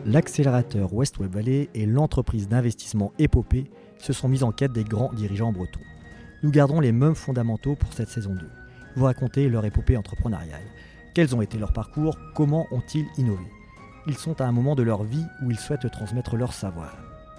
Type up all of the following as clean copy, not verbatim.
l'accélérateur West Web Valley et l'entreprise d'investissement Épopée se sont mis en quête des grands dirigeants bretons. Nous garderons les mêmes fondamentaux pour cette saison 2. Vous racontez leur épopée entrepreneuriale. Quels ont été leurs parcours? Comment ont-ils innové? Ils sont à un moment de leur vie où ils souhaitent transmettre leur savoir.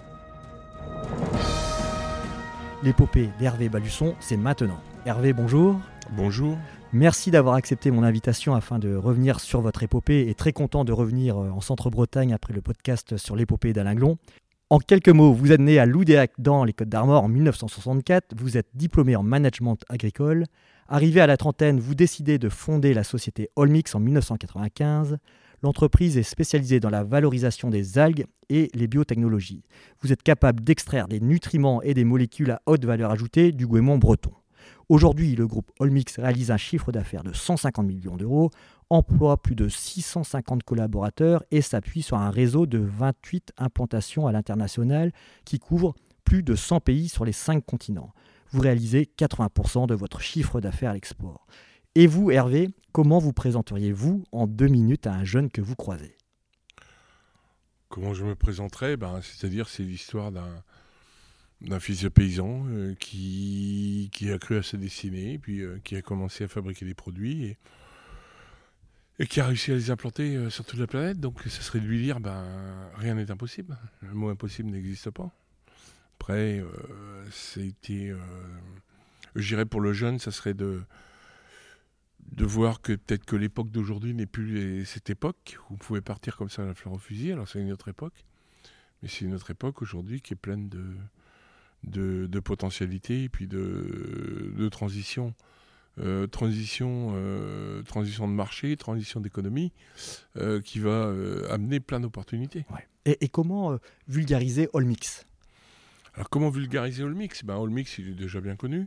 L'épopée d'Hervé Balusson, c'est maintenant. Hervé, bonjour. Bonjour. Merci d'avoir accepté mon invitation afin de revenir sur votre épopée et très content de revenir en Centre-Bretagne après le podcast sur l'épopée d'Alain Glon. En quelques mots, vous êtes né à Loudéac dans les Côtes-d'Armor en 1964, vous êtes diplômé en management agricole. Arrivé à la trentaine, vous décidez de fonder la société Olmix en 1995. L'entreprise est spécialisée dans la valorisation des algues et les biotechnologies. Vous êtes capable d'extraire des nutriments et des molécules à haute valeur ajoutée du goémon breton. Aujourd'hui, le groupe Olmix réalise un chiffre d'affaires de 150 millions d'euros, emploie plus de 650 collaborateurs et s'appuie sur un réseau de 28 implantations à l'international qui couvre plus de 100 pays sur les 5 continents. Vous réalisez 80% de votre chiffre d'affaires à l'export. Et vous, Hervé, comment vous présenteriez-vous en 2 minutes à un jeune que vous croisez? Comment je me présenterais? C'est-à-dire, c'est l'histoire d'un fils de paysan qui a cru à sa destinée, puis qui a commencé à fabriquer des produits et qui a réussi à les implanter sur toute la planète. Donc, ça serait de lui dire, rien n'est impossible. Le mot impossible n'existe pas. Après, je dirais pour le jeune, ça serait de voir que peut-être que l'époque d'aujourd'hui n'est plus cette époque où on pouvait partir comme ça à la fleur au fusil. Alors c'est une autre époque, mais c'est une autre époque aujourd'hui qui est pleine de potentialités et puis de transition. Transition de marché, transition d'économie qui va amener plein d'opportunités. Ouais. Et comment vulgariser Olmix? Alors comment vulgariser Olmix? Olmix, il est déjà bien connu.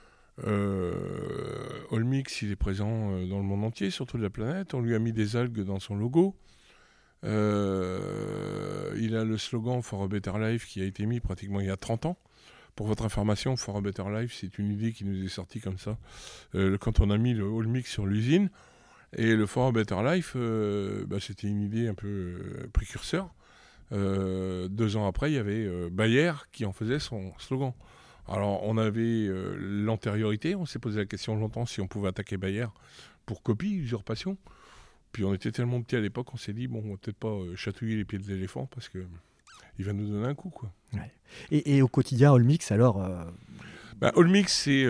Olmix, il est présent dans le monde entier, sur toute la planète. On lui a mis des algues dans son logo. Il a le slogan For a Better Life qui a été mis pratiquement il y a 30 ans. Pour votre information, For a Better Life, c'est une idée qui nous est sortie comme ça quand on a mis le Olmix sur l'usine. Et le For a Better Life, c'était une idée un peu précurseur. 2 ans après, il y avait Bayer qui en faisait son slogan. Alors, on avait l'antériorité, on s'est posé la question longtemps si on pouvait attaquer Bayer pour copie, usurpation. Puis on était tellement petits à l'époque, on s'est dit, on va peut-être pas chatouiller les pieds de l'éléphant parce qu'il va nous donner un coup, quoi. Ouais. Et au quotidien, Olmix, alors Olmix, c'est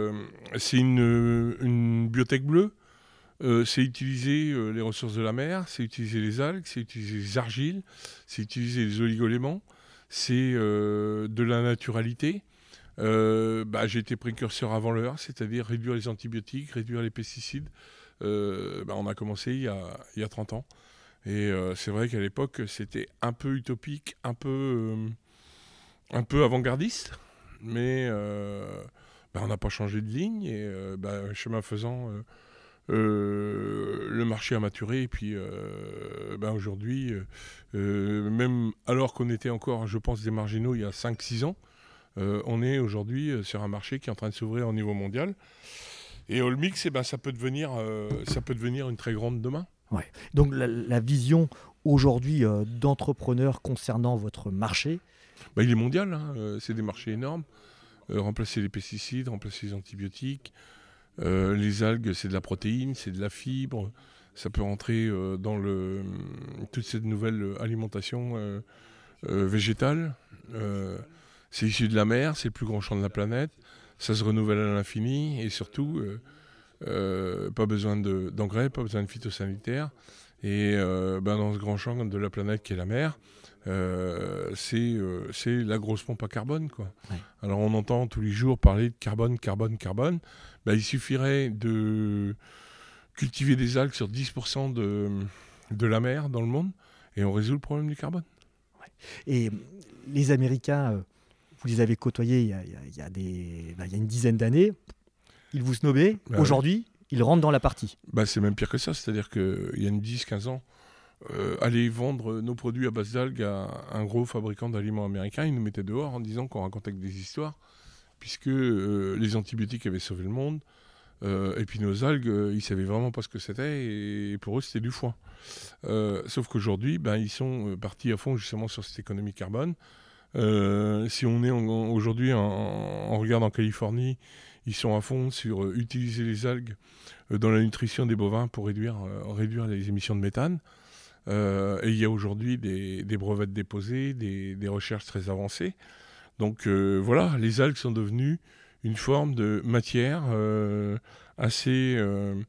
une biotech bleue. C'est utiliser les ressources de la mer, c'est utiliser les algues, c'est utiliser les argiles, c'est utiliser les oligoéléments, c'est de la naturalité. J'ai été précurseur avant l'heure, c'est-à-dire réduire les antibiotiques, réduire les pesticides. On a commencé il y a 30 ans. Et c'est vrai qu'à l'époque, c'était un peu utopique, un peu avant-gardiste. Mais on n'a pas changé de ligne. Et chemin faisant, le marché a maturé. Et puis aujourd'hui, même alors qu'on était encore, je pense, des marginaux il y a 5-6 ans, on est aujourd'hui sur un marché qui est en train de s'ouvrir au niveau mondial. Et Olmix, ça peut devenir une très grande demain. Ouais. Donc la vision aujourd'hui d'entrepreneur concernant votre marché, il est mondial. C'est des marchés énormes. Remplacer les pesticides, remplacer les antibiotiques. Les algues, c'est de la protéine, c'est de la fibre. Ça peut rentrer dans toute cette nouvelle alimentation végétale. C'est issu de la mer, c'est le plus grand champ de la planète. Ça se renouvelle à l'infini et surtout, pas besoin d'engrais, pas besoin de phytosanitaires. Et dans ce grand champ de la planète qui est la mer, c'est la grosse pompe à carbone, quoi. Ouais. Alors on entend tous les jours parler de carbone. Il suffirait de cultiver des algues sur 10% de la mer dans le monde et on résout le problème du carbone. Ouais. Et les Américains, vous les avez côtoyés il y a une dizaine d'années. Ils vous snobaient. Aujourd'hui, ils rentrent dans la partie. C'est même pire que ça. C'est-à-dire qu'il y a 10-15 ans, aller vendre nos produits à base d'algues à un gros fabricant d'aliments américain, ils nous mettaient dehors en disant qu'on racontait que des histoires, puisque les antibiotiques avaient sauvé le monde, Et puis nos algues, ils ne savaient vraiment pas ce que c'était, et pour eux, c'était du foin. Sauf qu'aujourd'hui, ils sont partis à fond justement sur cette économie carbone. Si on est aujourd'hui on regarde en Californie, ils sont à fond sur utiliser les algues dans la nutrition des bovins pour réduire les émissions de méthane. Et il y a aujourd'hui des brevets déposés, des recherches très avancées. Donc voilà, les algues sont devenues une forme de matière assez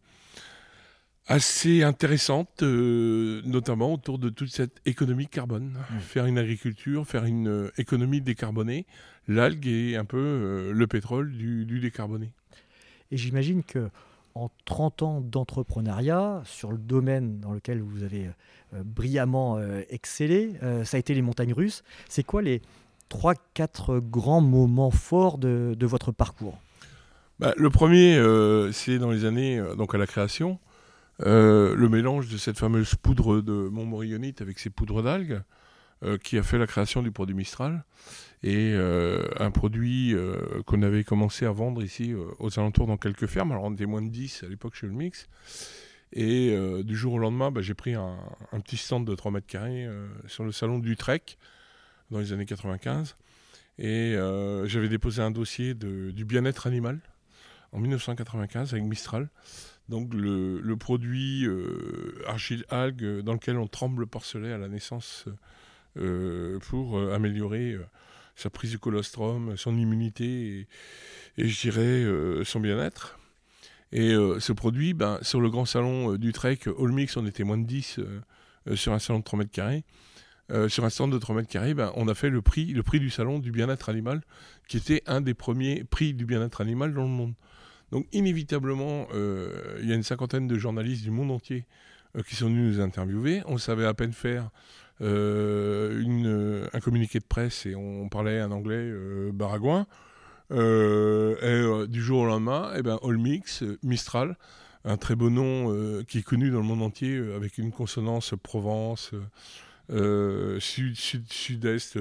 intéressante, notamment autour de toute cette économie carbone. Faire une agriculture, faire une économie décarbonée. L'algue est un peu le pétrole du décarboné. Et j'imagine que en 30 ans d'entrepreneuriat, sur le domaine dans lequel vous avez brillamment excellé, ça a été les montagnes russes. C'est quoi les 3-4 grands moments forts de votre parcours ? Le premier, c'est dans les années, donc à la création, le mélange de cette fameuse poudre de montmorillonite avec ces poudres d'algues qui a fait la création du produit Mistral, et un produit qu'on avait commencé à vendre ici aux alentours dans quelques fermes. Alors on était moins de 10 à l'époque chez Olmix, et du jour au lendemain, j'ai pris un petit stand de 3 mètres carrés sur le salon d'Utrecht dans les années 95, et j'avais déposé un dossier du bien-être animal en 1995 avec Mistral. Donc le produit argile-algue dans lequel on trempe le porcelet à la naissance pour améliorer sa prise du colostrum, son immunité et je dirais son bien-être. Et ce produit, sur le grand salon d'Utrecht, Olmix, on était moins de 10 sur un salon de 3 mètres carrés. Sur un stand de 3 mètres carrés, on a fait le prix du salon du bien-être animal, qui était un des premiers prix du bien-être animal dans le monde. Donc inévitablement, il y a une 50aine de journalistes du monde entier qui sont venus nous interviewer. On savait à peine faire un communiqué de presse, et on parlait un anglais baragouin. Du jour au lendemain, Olmix, Mistral, un très beau nom qui est connu dans le monde entier, avec une consonance Provence, sud-est,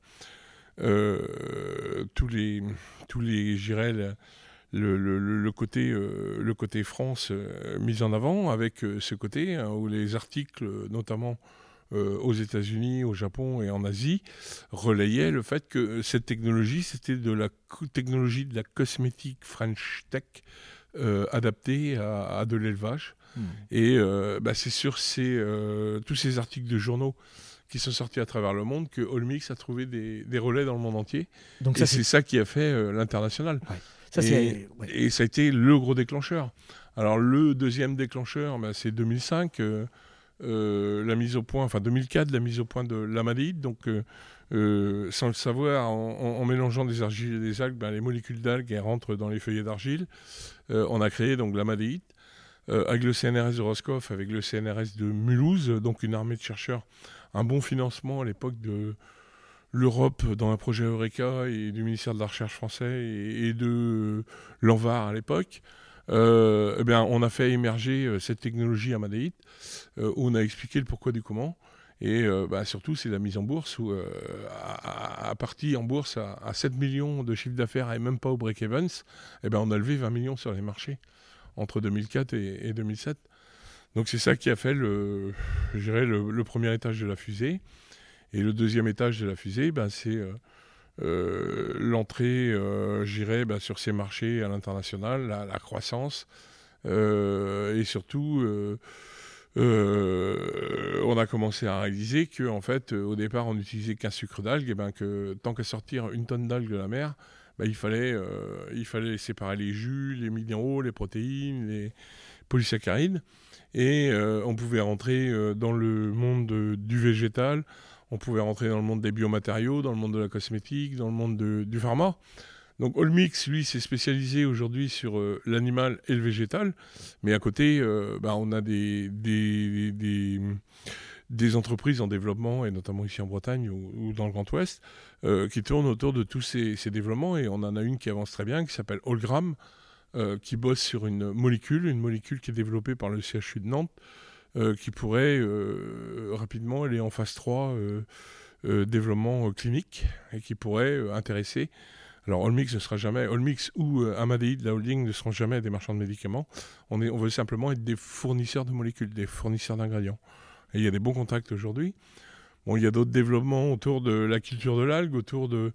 tous les j'irais, le côté France mis en avant, avec ce côté où les articles, notamment aux États-Unis, au Japon et en Asie, relayaient le fait que cette technologie, c'était de la technologie de la cosmétique French Tech adaptée à de l'élevage. Et c'est sur tous ces articles de journaux qui sont sortis à travers le monde que Olmix a trouvé des relais dans le monde entier. Donc c'est ça qui a fait l'international. Ouais. Et ça a été le gros déclencheur. Alors le deuxième déclencheur, c'est 2005, la mise au point, 2004, la mise au point de l'amadéite. Donc sans le savoir, en mélangeant des argiles et des algues, les molécules d'algues rentrent dans les feuillets d'argile. On a créé donc l'amadéite avec le CNRS de Roscoff, avec le CNRS de Mulhouse, donc une armée de chercheurs, un bon financement à l'époque de l'Europe dans un projet Eureka et du ministère de la Recherche français et de l'ANVAR à l'époque. On a fait émerger cette technologie amadéite, où on a expliqué le pourquoi du comment. Et surtout, c'est la mise en bourse, où à partie en bourse à 7 millions de chiffre d'affaires et même pas au break-evens, on a levé 20 millions sur les marchés entre 2004 et 2007. Donc c'est ça qui a fait le premier étage de la fusée. Et le deuxième étage de la fusée, c'est l'entrée, sur ces marchés à l'international, la croissance, et surtout, on a commencé à réaliser que, en fait, au départ, on n'utilisait qu'un sucre d'algue, et que tant qu'à sortir une tonne d'algues de la mer, il fallait séparer les jus, les minéraux, les protéines, les polysaccharides, et on pouvait rentrer dans le monde du végétal. On pouvait rentrer dans le monde des biomatériaux, dans le monde de la cosmétique, dans le monde du pharma. Donc Olmix, lui, s'est spécialisé aujourd'hui sur l'animal et le végétal. Mais à côté, on a des entreprises en développement, et notamment ici en Bretagne ou dans le Grand Ouest, qui tournent autour de tous ces développements. Et on en a une qui avance très bien, qui s'appelle Holgram, qui bosse sur une molécule qui est développée par le CHU de Nantes, qui pourrait rapidement aller en phase 3 développement clinique, et qui pourrait intéresser. Alors Olmix ne sera jamais, Olmix ou Amadéide, la holding, ne seront jamais des marchands de médicaments. On veut simplement être des fournisseurs de molécules, des fournisseurs d'ingrédients. Et il y a des bons contacts aujourd'hui. Bon, il y a d'autres développements autour de la culture de l'algue, autour de,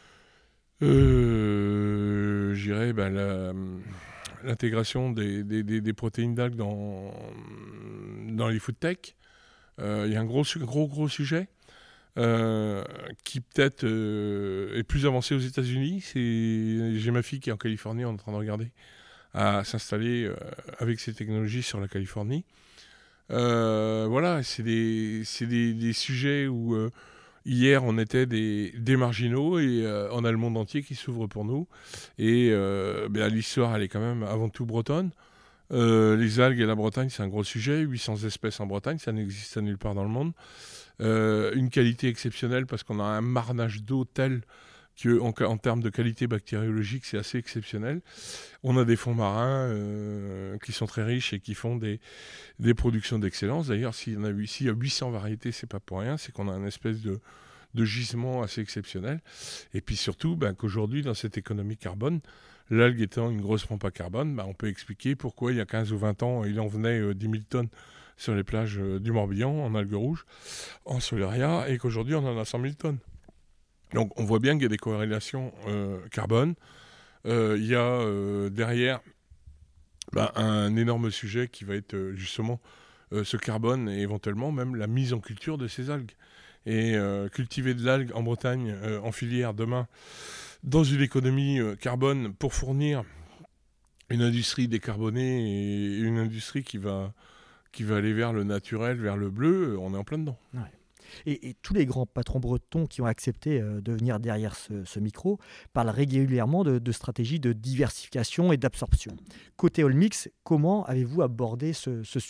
je dirais, l'intégration des protéines d'algues dans les food tech. Il y a un gros sujet qui peut-être est plus avancé aux États-Unis. J'ai ma fille qui est en Californie, on est en train de regarder à s'installer avec ces technologies sur la Californie. Voilà, c'est des sujets où hier on était des marginaux et on a le monde entier qui s'ouvre pour nous. Et l'histoire, elle est quand même avant tout bretonne. Les algues et la Bretagne, c'est un gros sujet. 800 espèces en Bretagne, ça n'existe nulle part dans le monde. Une qualité exceptionnelle parce qu'on a un marnage d'eau tel qu'en termes de qualité bactériologique, c'est assez exceptionnel. On a des fonds marins qui sont très riches et qui font des productions d'excellence. D'ailleurs, s'il y a 800 variétés, c'est pas pour rien, c'est qu'on a une espèce de gisement assez exceptionnel. Et puis surtout, qu'aujourd'hui, dans cette économie carbone, l'algue étant une grosse pompe à carbone, on peut expliquer pourquoi il y a 15 ou 20 ans, il en venait 10 000 tonnes sur les plages du Morbihan, en algues rouges, en Solaria, et qu'aujourd'hui, on en a 100 000 tonnes. Donc on voit bien qu'il y a des corrélations carbone. Il y a derrière un énorme sujet qui va être justement ce carbone et éventuellement même la mise en culture de ces algues. Et cultiver de l'algue en Bretagne, en filière demain, dans une économie carbone pour fournir une industrie décarbonée et une industrie qui va aller vers le naturel, vers le bleu, on est en plein dedans. Ouais. Et tous les grands patrons bretons qui ont accepté de venir derrière ce micro parlent régulièrement de stratégies de diversification et d'absorption. Côté Olmix, comment avez-vous abordé ce sujet ?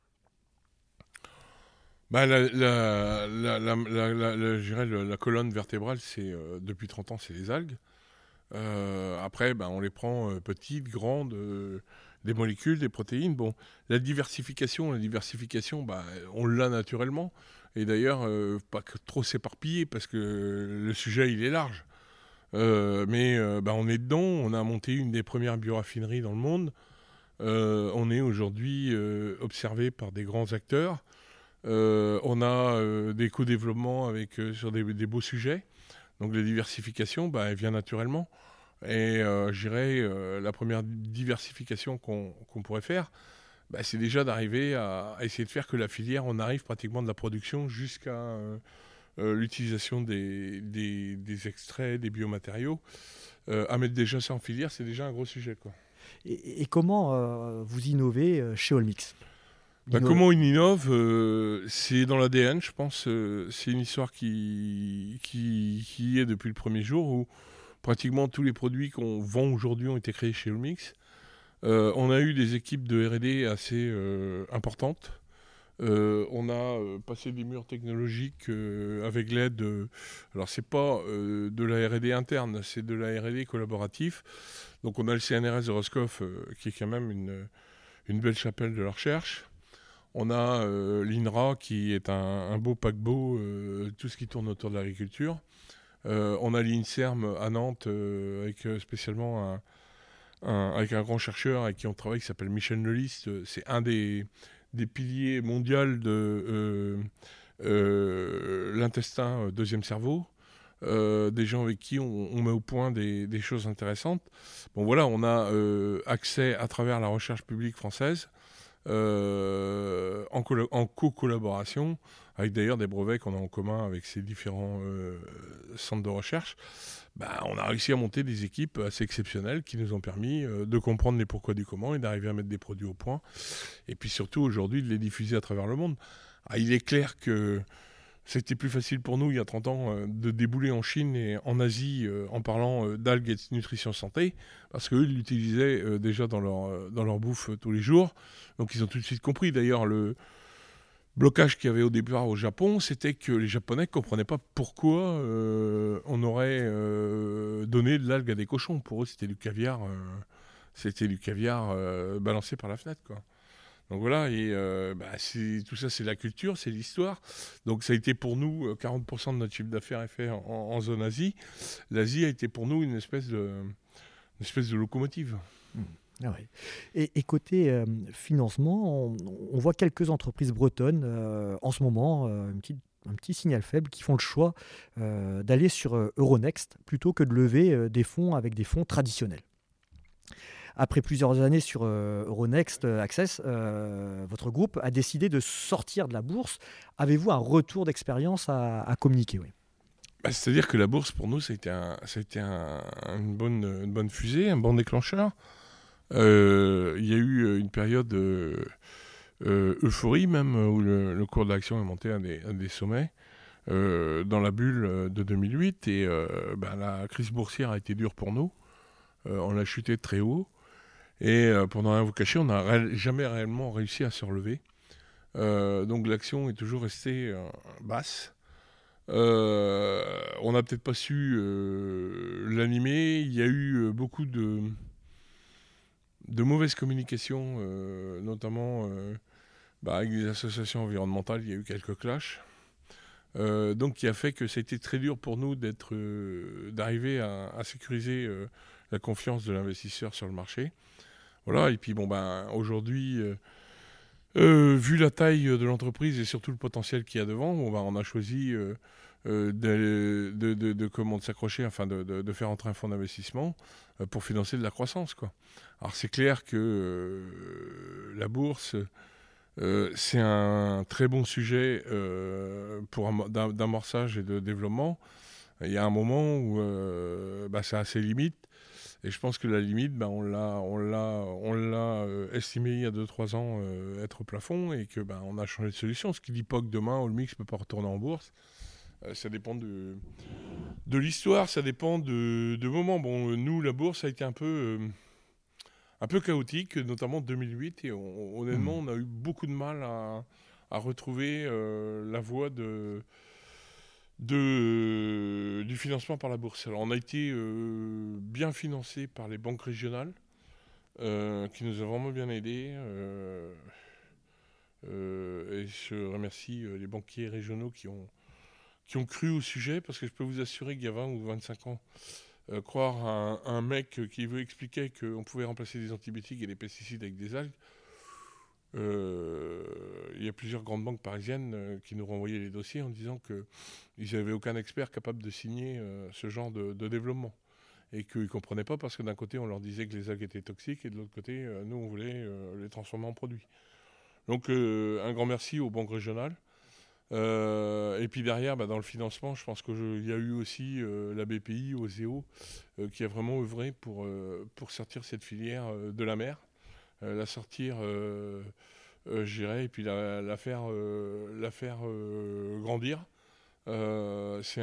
Je dirais la colonne vertébrale, depuis 30 ans, c'est les algues. Après, on les prend petites, grandes, des molécules, des protéines. Bon, la diversification, on l'a naturellement. Et d'ailleurs, pas trop s'éparpiller parce que le sujet, il est large. Mais on est dedans. On a monté une des premières bioraffineries dans le monde. On est aujourd'hui observé par des grands acteurs. On a des co-développements sur des beaux sujets. Donc la diversification, elle vient naturellement. Et je dirais, la première diversification qu'on pourrait faire, c'est déjà d'arriver à essayer de faire que la filière, on arrive pratiquement de la production jusqu'à l'utilisation des extraits, des biomatériaux. À mettre déjà ça en filière, c'est déjà un gros sujet, quoi. Et comment vous innovez chez Olmix ? Comment on innove, c'est dans l'ADN, je pense. C'est une histoire qui est depuis le premier jour, où pratiquement tous les produits qu'on vend aujourd'hui ont été créés chez Olmix. On a eu des équipes de R&D assez importantes. On a passé des murs technologiques avec l'aide alors c'est pas de la R&D interne, c'est de la R&D collaborative. Donc on a le CNRS de Roscoff qui est quand même une belle chapelle de la recherche. On a l'INRA qui est un beau paquebot, tout ce qui tourne autour de l'agriculture. On a l'INSERM à Nantes avec spécialement avec un grand chercheur avec qui on travaille qui s'appelle Michel Nelist. C'est un des piliers mondiaux de l'intestin, deuxième cerveau. Des gens avec qui on met au point des choses intéressantes. Bon voilà, on a accès à travers la recherche publique française en co-collaboration, avec d'ailleurs des brevets qu'on a en commun avec ces différents centres de recherche. On a réussi à monter des équipes assez exceptionnelles qui nous ont permis de comprendre les pourquoi du comment et d'arriver à mettre des produits au point. Et puis surtout aujourd'hui de les diffuser à travers le monde. Il est clair que c'était plus facile pour nous il y a 30 ans de débouler en Chine et en Asie en parlant d'algues et de nutrition santé, parce qu'eux ils l'utilisaient déjà dans leur bouffe tous les jours. Donc ils ont tout de suite compris. D'ailleurs, le blocage qu'il y avait au départ au Japon, c'était que les Japonais ne comprenaient pas pourquoi on aurait donné de l'algue à des cochons. Pour eux, c'était du caviar, balancé par la fenêtre, quoi. Donc voilà, et tout ça, c'est la culture, c'est l'histoire. Donc ça a été pour nous, 40% de notre chiffre d'affaires est fait en zone Asie. L'Asie a été pour nous une espèce de locomotive. Ah ouais. Et côté financement, on voit quelques entreprises bretonnes en ce moment, un petit signal faible, qui font le choix d'aller sur Euronext plutôt que de lever des fonds avec des fonds traditionnels. Après plusieurs années sur Euronext Access, votre groupe a décidé de sortir de la bourse. Avez-vous un retour d'expérience à communiquer? Oui. C'est-à-dire que la bourse, pour nous, ça a été une bonne fusée, un bon déclencheur. Il y a eu une période euphorie même, où le cours de l'action est monté à des sommets dans la bulle de 2008. Et la crise boursière a été dure pour nous. On a chuté très haut. Et pendant rien vous cacher, on n'a jamais réellement réussi à se relever. Donc l'action est toujours restée basse. On n'a peut-être pas su l'animer. Il y a eu beaucoup de mauvaises communications, notamment avec des associations environnementales. Il y a eu quelques clashs. Donc qui a fait que ça a été très dur pour nous d'arriver à sécuriser la confiance de l'investisseur sur le marché. Voilà, et puis aujourd'hui, vu la taille de l'entreprise et surtout le potentiel qu'il y a devant, on a choisi de s'accrocher, enfin de faire entrer un fonds d'investissement pour financer de la croissance, quoi. Alors c'est clair que la bourse, c'est un très bon sujet d'amorçage et de développement. Il y a un moment où ça a ses limites. Et je pense que la limite, on l'a estimé il y a 2-3 ans être au plafond, et que on a changé de solution. Ce qui dit pas que demain, Allmix ne peut pas retourner en bourse. Ça dépend de l'histoire, ça dépend de moments. Bon, nous, la bourse a été un peu chaotique, notamment en 2008, et honnêtement, on a eu beaucoup de mal à retrouver la voie du financement par la bourse. Alors on a été bien financé par les banques régionales, qui nous ont vraiment bien aidés. Et je remercie les banquiers régionaux qui ont cru au sujet, parce que je peux vous assurer qu'il y a 20 ou 25 ans, croire à un mec qui veut expliquer qu'on pouvait remplacer des antibiotiques et des pesticides avec des algues. Il y a plusieurs grandes banques parisiennes qui nous renvoyaient les dossiers en disant qu'ils n'avaient aucun expert capable de signer ce genre de développement. Et qu'ils ne comprenaient pas, parce que d'un côté, on leur disait que les algues étaient toxiques, et de l'autre côté, nous, on voulait les transformer en produits. Donc, un grand merci aux banques régionales. Et puis derrière, dans le financement, je pense qu'il y a eu aussi la BPI, Oseo, qui a vraiment œuvré pour sortir cette filière de la mer. La sortir, je dirais, et puis la faire grandir. C'est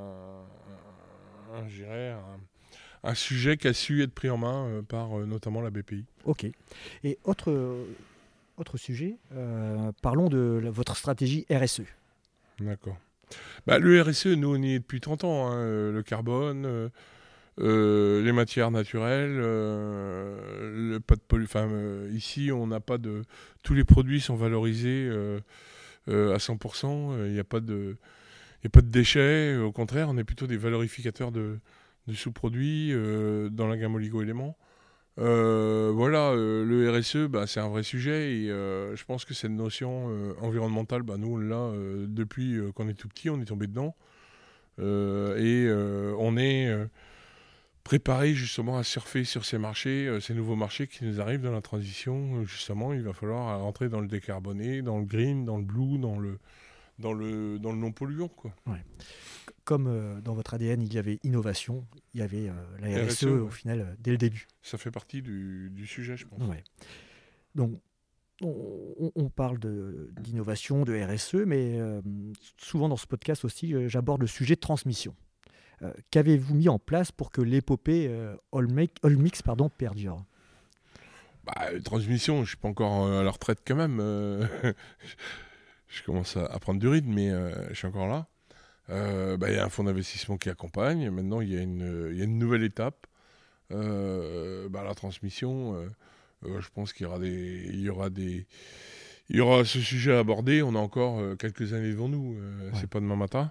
un sujet qui a su être pris en main par notamment la BPI. Ok. Et autre sujet, parlons de votre stratégie RSE. D'accord. Le RSE, nous, on y est depuis 30 ans. Le carbone... les matières naturelles, pas de ici, on n'a pas de... Tous les produits sont valorisés à 100%. Il n'y a pas de déchets. Au contraire, on est plutôt des valorificateurs de sous-produits dans la gamme oligo-éléments. Le RSE, c'est un vrai sujet, et je pense que cette notion environnementale, nous, on l'a depuis qu'on est tout petit, on est tombé dedans. On est... préparer justement à surfer sur ces marchés, ces nouveaux marchés qui nous arrivent dans la transition. Justement, il va falloir rentrer dans le décarboné, dans le green, dans le blue, dans le non polluant, quoi. Ouais. Comme dans votre ADN, il y avait innovation, il y avait la RSE au final dès le début. Ça fait partie du sujet, je pense. Ouais. Donc, on parle d'innovation, de RSE, mais souvent dans ce podcast aussi, j'aborde le sujet de transmission. Qu'avez-vous mis en place pour que l'épopée Allmix perdure? Transmission, je ne suis pas encore à la retraite quand même. Je commence à prendre du rythme, mais je suis encore là. Il y a un fonds d'investissement qui accompagne. Maintenant, il y a une nouvelle étape. La transmission, Je pense qu'il y aura ce sujet à aborder. On a encore quelques années devant nous. C'est pas demain matin.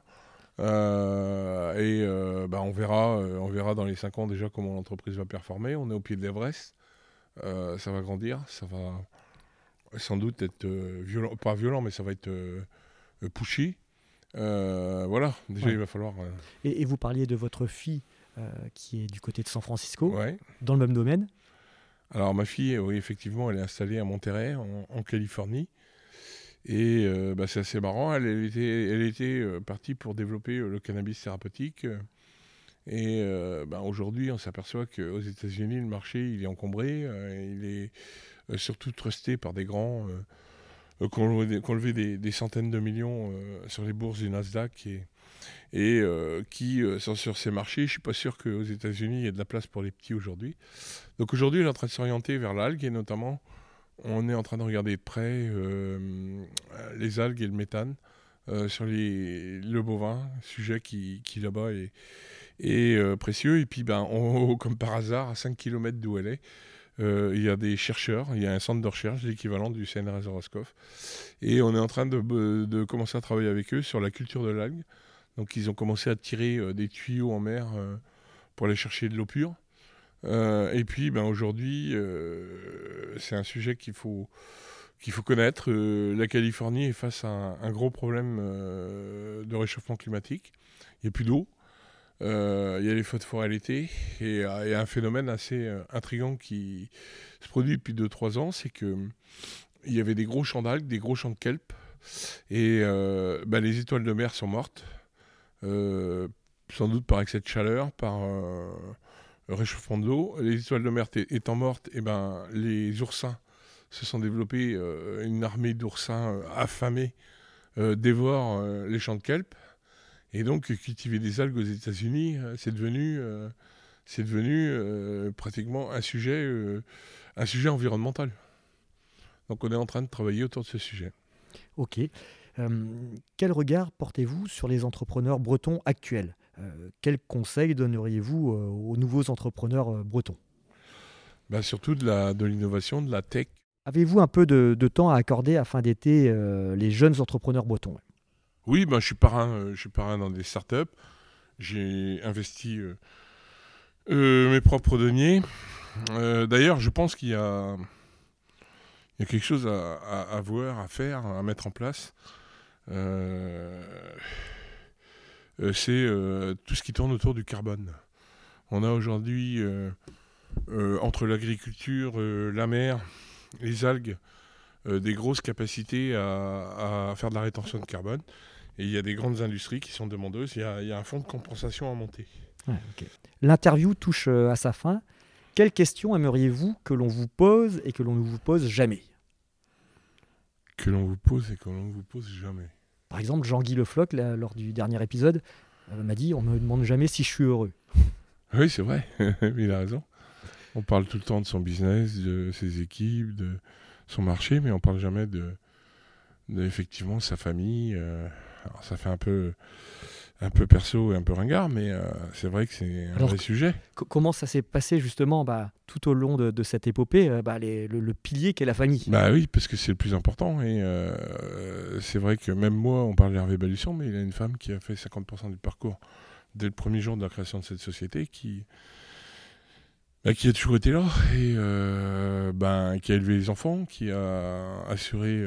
On verra dans les 5 ans déjà comment l'entreprise va performer. On est au pied de l'Everest. Ça va grandir. Ça va sans doute être violent, pas violent, mais ça va être pushy. Voilà, déjà il va falloir... Et vous parliez de votre fille qui est du côté de San Francisco, Ouais. dans le même domaine. Alors ma fille, oui, effectivement, elle est installée à Monterey, en Californie. Et c'est assez marrant, elle était partie pour développer le cannabis thérapeutique. Et aujourd'hui, on s'aperçoit qu'aux États-Unis, le marché il est encombré. Il est surtout trusté par des grands qui ont levé des centaines de millions sur les bourses du Nasdaq et qui sont sur ces marchés. Je ne suis pas sûr qu'aux États-Unis, il y ait de la place pour les petits aujourd'hui. Donc aujourd'hui, on est en train de s'orienter vers l'algue et notamment, on est en train de regarder de près les algues et le méthane sur le bovin, sujet qui là-bas est précieux. Et puis, comme par hasard, à 5 km d'où elle est, il y a des chercheurs, il y a un centre de recherche, l'équivalent du CNRS Roscoff. Et on est en train de commencer à travailler avec eux sur la culture de l'algue. Donc ils ont commencé à tirer des tuyaux en mer pour aller chercher de l'eau pure. Et puis aujourd'hui, c'est un sujet qu'il faut connaître. La Californie est face à un gros problème de réchauffement climatique. Il n'y a plus d'eau. Il y a les feux de forêt l'été. Et il y a un phénomène assez intriguant qui se produit depuis 2-3 ans. C'est qu'il y avait des gros champs d'algues, des gros champs de kelp. Et les étoiles de mer sont mortes. Sans doute par excès de chaleur, par réchauffement de l'eau. Les étoiles de mer étant mortes, les oursins se sont développés, une armée d'oursins affamés dévore les champs de kelp. Et donc cultiver des algues aux États-Unis, c'est devenu pratiquement un sujet environnemental. Donc on est en train de travailler autour de ce sujet. Ok. Quel regard portez-vous sur les entrepreneurs bretons actuels ? Quels conseils donneriez-vous aux nouveaux entrepreneurs bretons ? Surtout de l'innovation, de la tech. Avez-vous un peu de temps à accorder afin d'aider les jeunes entrepreneurs bretons ? Oui, je suis parrain dans des startups. J'ai investi mes propres deniers. D'ailleurs, je pense qu'il y a quelque chose à voir, à faire, à mettre en place. C'est tout ce qui tourne autour du carbone. On a aujourd'hui, entre l'agriculture, la mer, les algues, des grosses capacités à faire de la rétention de carbone. Et il y a des grandes industries qui sont demandeuses. Il y a un fonds de compensation à monter. Ouais, okay. L'interview touche à sa fin. Quelles questions aimeriez-vous que l'on vous pose et que l'on ne vous pose jamais ? Que l'on vous pose et que l'on ne vous pose jamais. Par exemple, Jean-Guy Le Floch, lors du dernier épisode, m'a dit « On ne me demande jamais si je suis heureux ». Oui, c'est vrai. Il a raison. On parle tout le temps de son business, de ses équipes, de son marché, mais on ne parle jamais de effectivement sa famille. Alors ça fait un peu perso et un peu ringard, mais c'est vrai que c'est un vrai sujet. Comment ça s'est passé justement tout au long de cette épopée, le pilier qu'est la famille ? Oui, parce que c'est le plus important. Et c'est vrai que même moi, on parle d'Hervé Balusson, mais il a une femme qui a fait 50% du parcours dès le premier jour de la création de cette société, qui a toujours été là, et qui a élevé les enfants, qui a assuré...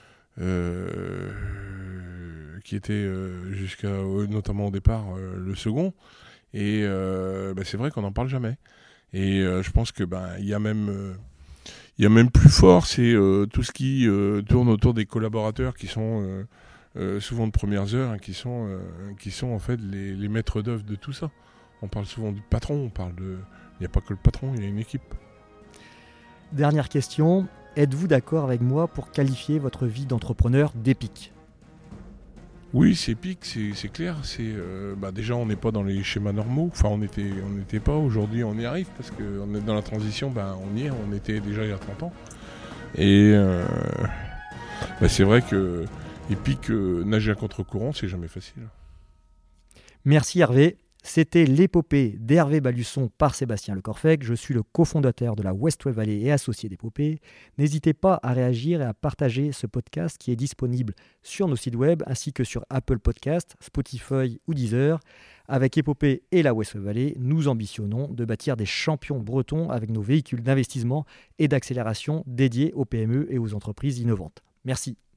qui était notamment au départ le second, et c'est vrai qu'on n'en parle jamais, et je pense que il y a même plus fort, c'est tout ce qui tourne autour des collaborateurs qui sont souvent de premières heures, hein, qui sont en fait les maîtres d'œuvre de tout ça. On parle souvent du patron, il n'y a pas que le patron, il y a une équipe. Dernière question. Êtes-vous d'accord avec moi pour qualifier votre vie d'entrepreneur d'épique ? Oui, c'est épique, c'est clair. Déjà, on n'est pas dans les schémas normaux. Enfin, on n'était pas. Aujourd'hui, on y arrive parce qu'on est dans la transition. On y est. On était déjà il y a 30 ans. Et c'est vrai que épique, nager à contre-courant, c'est jamais facile. Merci Hervé. C'était l'épopée d'Hervé Balusson par Sébastien Lecorfec. Je suis le cofondateur de la Westway Valley et associé d'Épopée. N'hésitez pas à réagir et à partager ce podcast qui est disponible sur nos sites web ainsi que sur Apple Podcasts, Spotify ou Deezer. Avec Épopée et la Westway Valley, nous ambitionnons de bâtir des champions bretons avec nos véhicules d'investissement et d'accélération dédiés aux PME et aux entreprises innovantes. Merci.